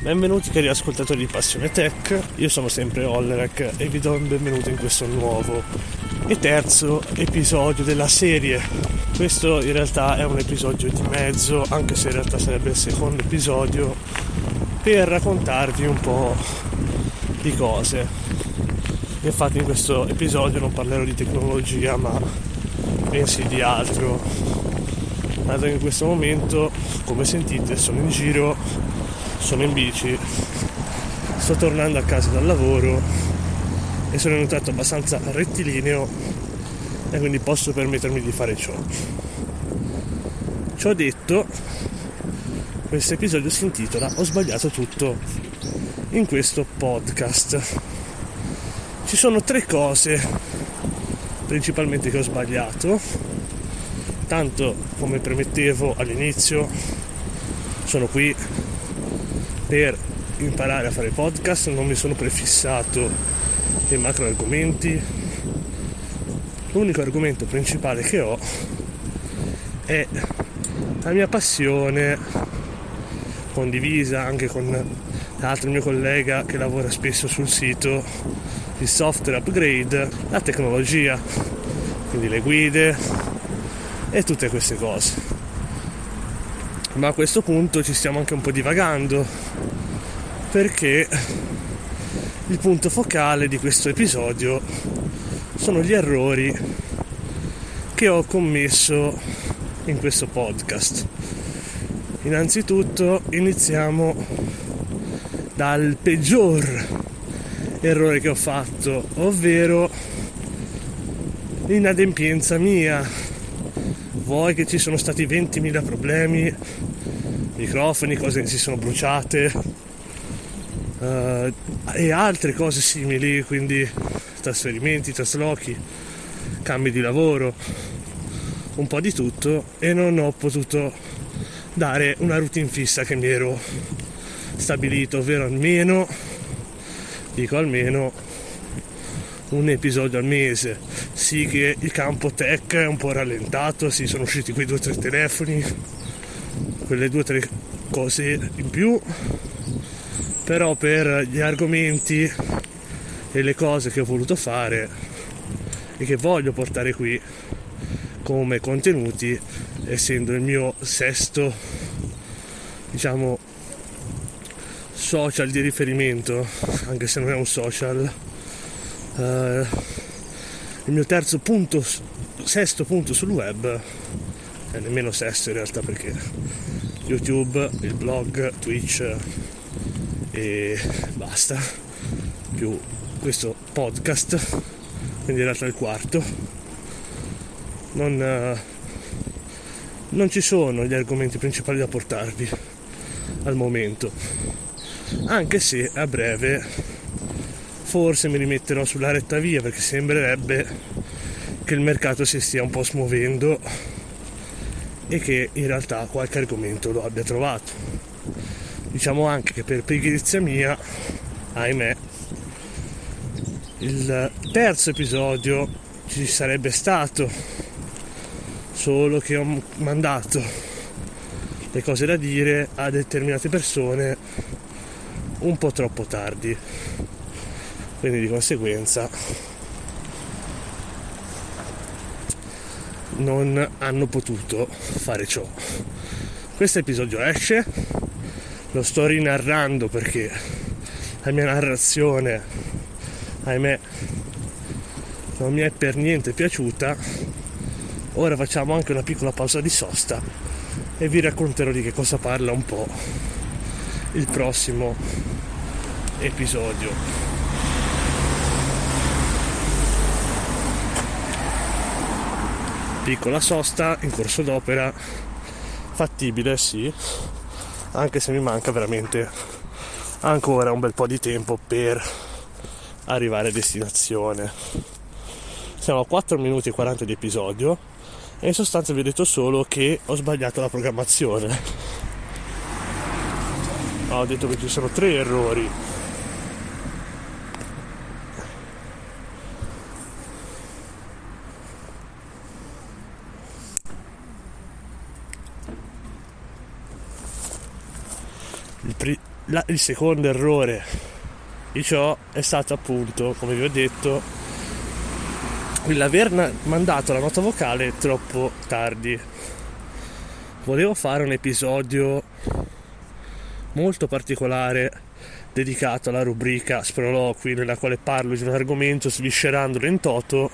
Benvenuti cari ascoltatori di Passione Tech, io sono sempre Ollerec e vi do il benvenuto in questo nuovo e terzo episodio della serie. Questo in realtà è un episodio di mezzo, anche se in realtà sarebbe il secondo episodio, per raccontarvi un po' di cose. Infatti in questo episodio non parlerò di tecnologia, ma bensì di altro. Dato che in questo momento, come sentite, sono in giro, sono in bici, sto tornando a casa dal lavoro e sono in un tratto abbastanza rettilineo e quindi posso permettermi di fare ciò. Ciò detto, questo episodio si intitola Ho sbagliato tutto in questo podcast. Ci sono 3 cose principalmente che ho sbagliato. Tanto, come premettevo all'inizio, sono qui per imparare a fare podcast, non mi sono prefissato dei macro argomenti. L'unico argomento principale che ho è la mia passione, condivisa anche con l'altro mio collega che lavora spesso sul sito, il software upgrade, la tecnologia, quindi le guide e tutte queste cose. Ma a questo punto ci stiamo anche un po' divagando, perché il punto focale di questo episodio sono gli errori che ho commesso in questo podcast. Innanzitutto iniziamo dal peggior errore che ho fatto, ovvero l'inadempienza mia. Vuoi che ci sono stati 20.000 problemi, microfoni, cose che si sono bruciate e altre cose simili, quindi trasferimenti, traslochi, cambi di lavoro, un po' di tutto, e non ho potuto dare una routine fissa che mi ero stabilito, ovvero almeno un episodio al mese. Sì, che il campo tech è un po' rallentato, sì, sono usciti quei 2 o 3 telefoni, quelle 2 o 3 cose in più, però per gli argomenti e le cose che ho voluto fare e che voglio portare qui come contenuti, essendo il mio sesto, social di riferimento, anche se non è un social, il mio sesto punto sul web, nemmeno sesto in realtà, perché YouTube, il blog, Twitch e basta, più questo podcast, quindi in realtà il quarto. Non ci sono gli argomenti principali da portarvi al momento, anche se a breve forse mi rimetterò sulla retta via, perché sembrerebbe che il mercato si stia un po' smuovendo e che in realtà qualche argomento lo abbia trovato. Diciamo anche che per pigrizia mia, ahimè, il terzo episodio ci sarebbe stato, solo che ho mandato le cose da dire a determinate persone un po' troppo tardi, quindi di conseguenza non hanno potuto fare ciò. Questo episodio esce, lo sto rinarrando perché la mia narrazione, ahimè, non mi è per niente piaciuta. Ora facciamo anche una piccola pausa di sosta e vi racconterò di che cosa parla un po' il prossimo episodio. Piccola sosta in corso d'opera, fattibile sì, anche se mi manca veramente ancora un bel po' di tempo per arrivare a destinazione. Siamo a 4 minuti e 40 di episodio e in sostanza vi ho detto solo che ho sbagliato la programmazione. Ho detto che ci sono 3 errori. il secondo errore di ciò è stato appunto, come vi ho detto, l'aver mandato la nota vocale troppo tardi. Volevo fare un episodio molto particolare dedicato alla rubrica Sproloqui, nella quale parlo di un argomento sviscerandolo in toto,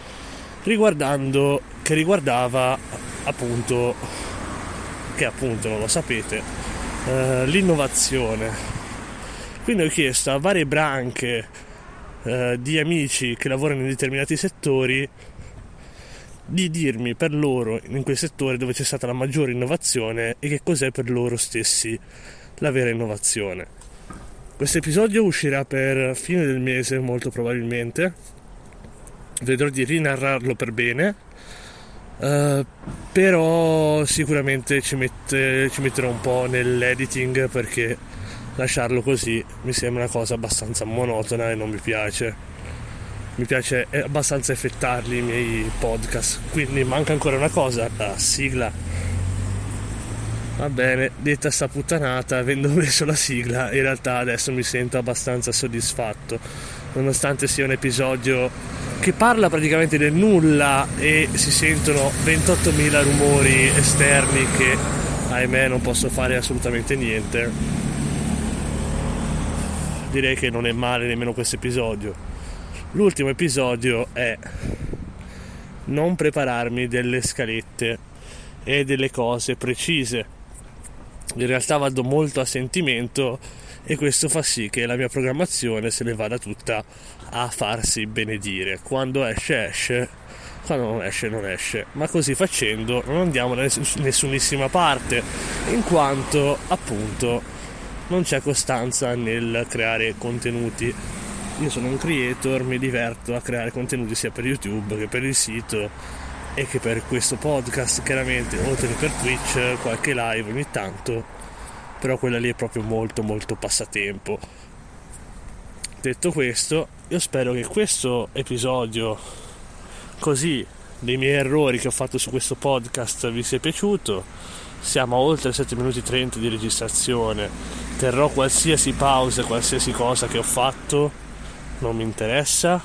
che riguardava appunto, non lo sapete, l'innovazione. Quindi ho chiesto a varie branche di amici che lavorano in determinati settori di dirmi per loro in quel settore dove c'è stata la maggiore innovazione e che cos'è per loro stessi la vera innovazione. Questo episodio uscirà per fine del mese, molto probabilmente. Vedrò di rinarrarlo per bene, però sicuramente ci metterò un po' nell'editing, perché lasciarlo così mi sembra una cosa abbastanza monotona e non mi piace. Mi piace abbastanza effettarli i miei podcast. Quindi manca ancora una cosa, la sigla. Va bene, detta sta puttanata, avendo messo la sigla, in realtà adesso mi sento abbastanza soddisfatto, nonostante sia un episodio che parla praticamente del nulla e si sentono 28.000 rumori esterni che, ahimè, non posso fare assolutamente niente. Direi che non è male nemmeno questo episodio. L'ultimo episodio è non prepararmi delle scalette e delle cose precise. In realtà vado molto a sentimento e questo fa sì che la mia programmazione se ne vada tutta a farsi benedire. Quando esce, quando non esce. Ma così facendo non andiamo da nessunissima parte, in quanto appunto non c'è costanza nel creare contenuti. Io sono un creator, mi diverto a creare contenuti sia per YouTube che per il sito e che per questo podcast, chiaramente, oltre che per Twitch, qualche live ogni tanto, però quella lì è proprio molto molto passatempo. Detto questo, io spero che questo episodio così dei miei errori che ho fatto su questo podcast vi sia piaciuto. Siamo a oltre 7 minuti e 30 di registrazione, terrò qualsiasi pausa, qualsiasi cosa che ho fatto, non mi interessa,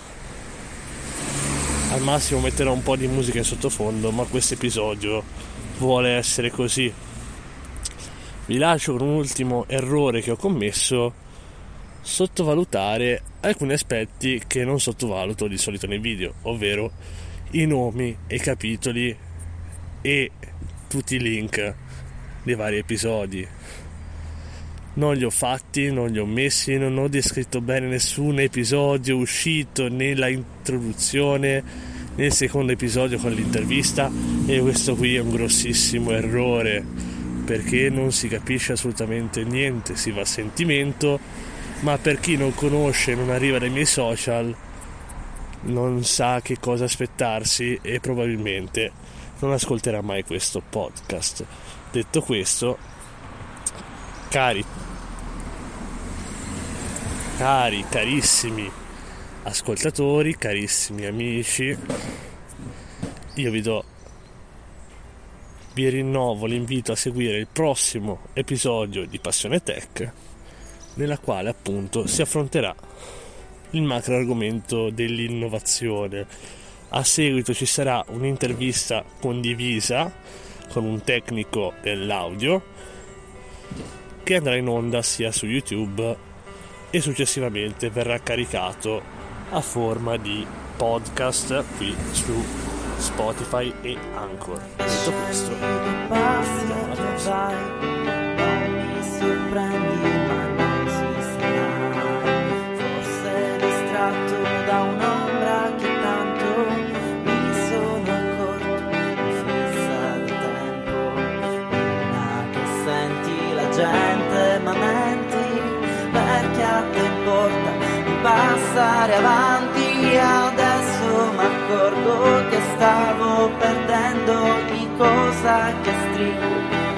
al massimo metterò un po' di musica in sottofondo, ma questo episodio vuole essere così. Vi lascio con un ultimo errore che ho commesso: sottovalutare alcuni aspetti che non sottovaluto di solito nei video, ovvero i nomi e i capitoli e tutti i link dei vari episodi. Non li ho fatti, non li ho messi, non ho descritto bene nessun episodio uscito nella introduzione, nel secondo episodio con l'intervista, e questo qui è un grossissimo errore, perché non si capisce assolutamente niente, si va a sentimento, ma per chi non conosce e non arriva dai miei social non sa che cosa aspettarsi e probabilmente non ascolterà mai questo podcast. Detto questo, carissimi ascoltatori, carissimi amici, io vi rinnovo l'invito a seguire il prossimo episodio di Passione Tech, nella quale appunto si affronterà il macro argomento dell'innovazione. A seguito ci sarà un'intervista condivisa con un tecnico dell'audio che andrà in onda sia su YouTube e successivamente verrà caricato a forma di podcast qui su Spotify e Anchor. Detto questo, vediamo alla prossima. Non mi sorprendi, ma non si sa, forse distratto da un'ombra che tanto mi sono accorto, mi fissa da tempo, una che senti la gente ma menti, perché a te importa di passare avanti. Adesso m'accorgo che stavo perdendo di cosa che stringo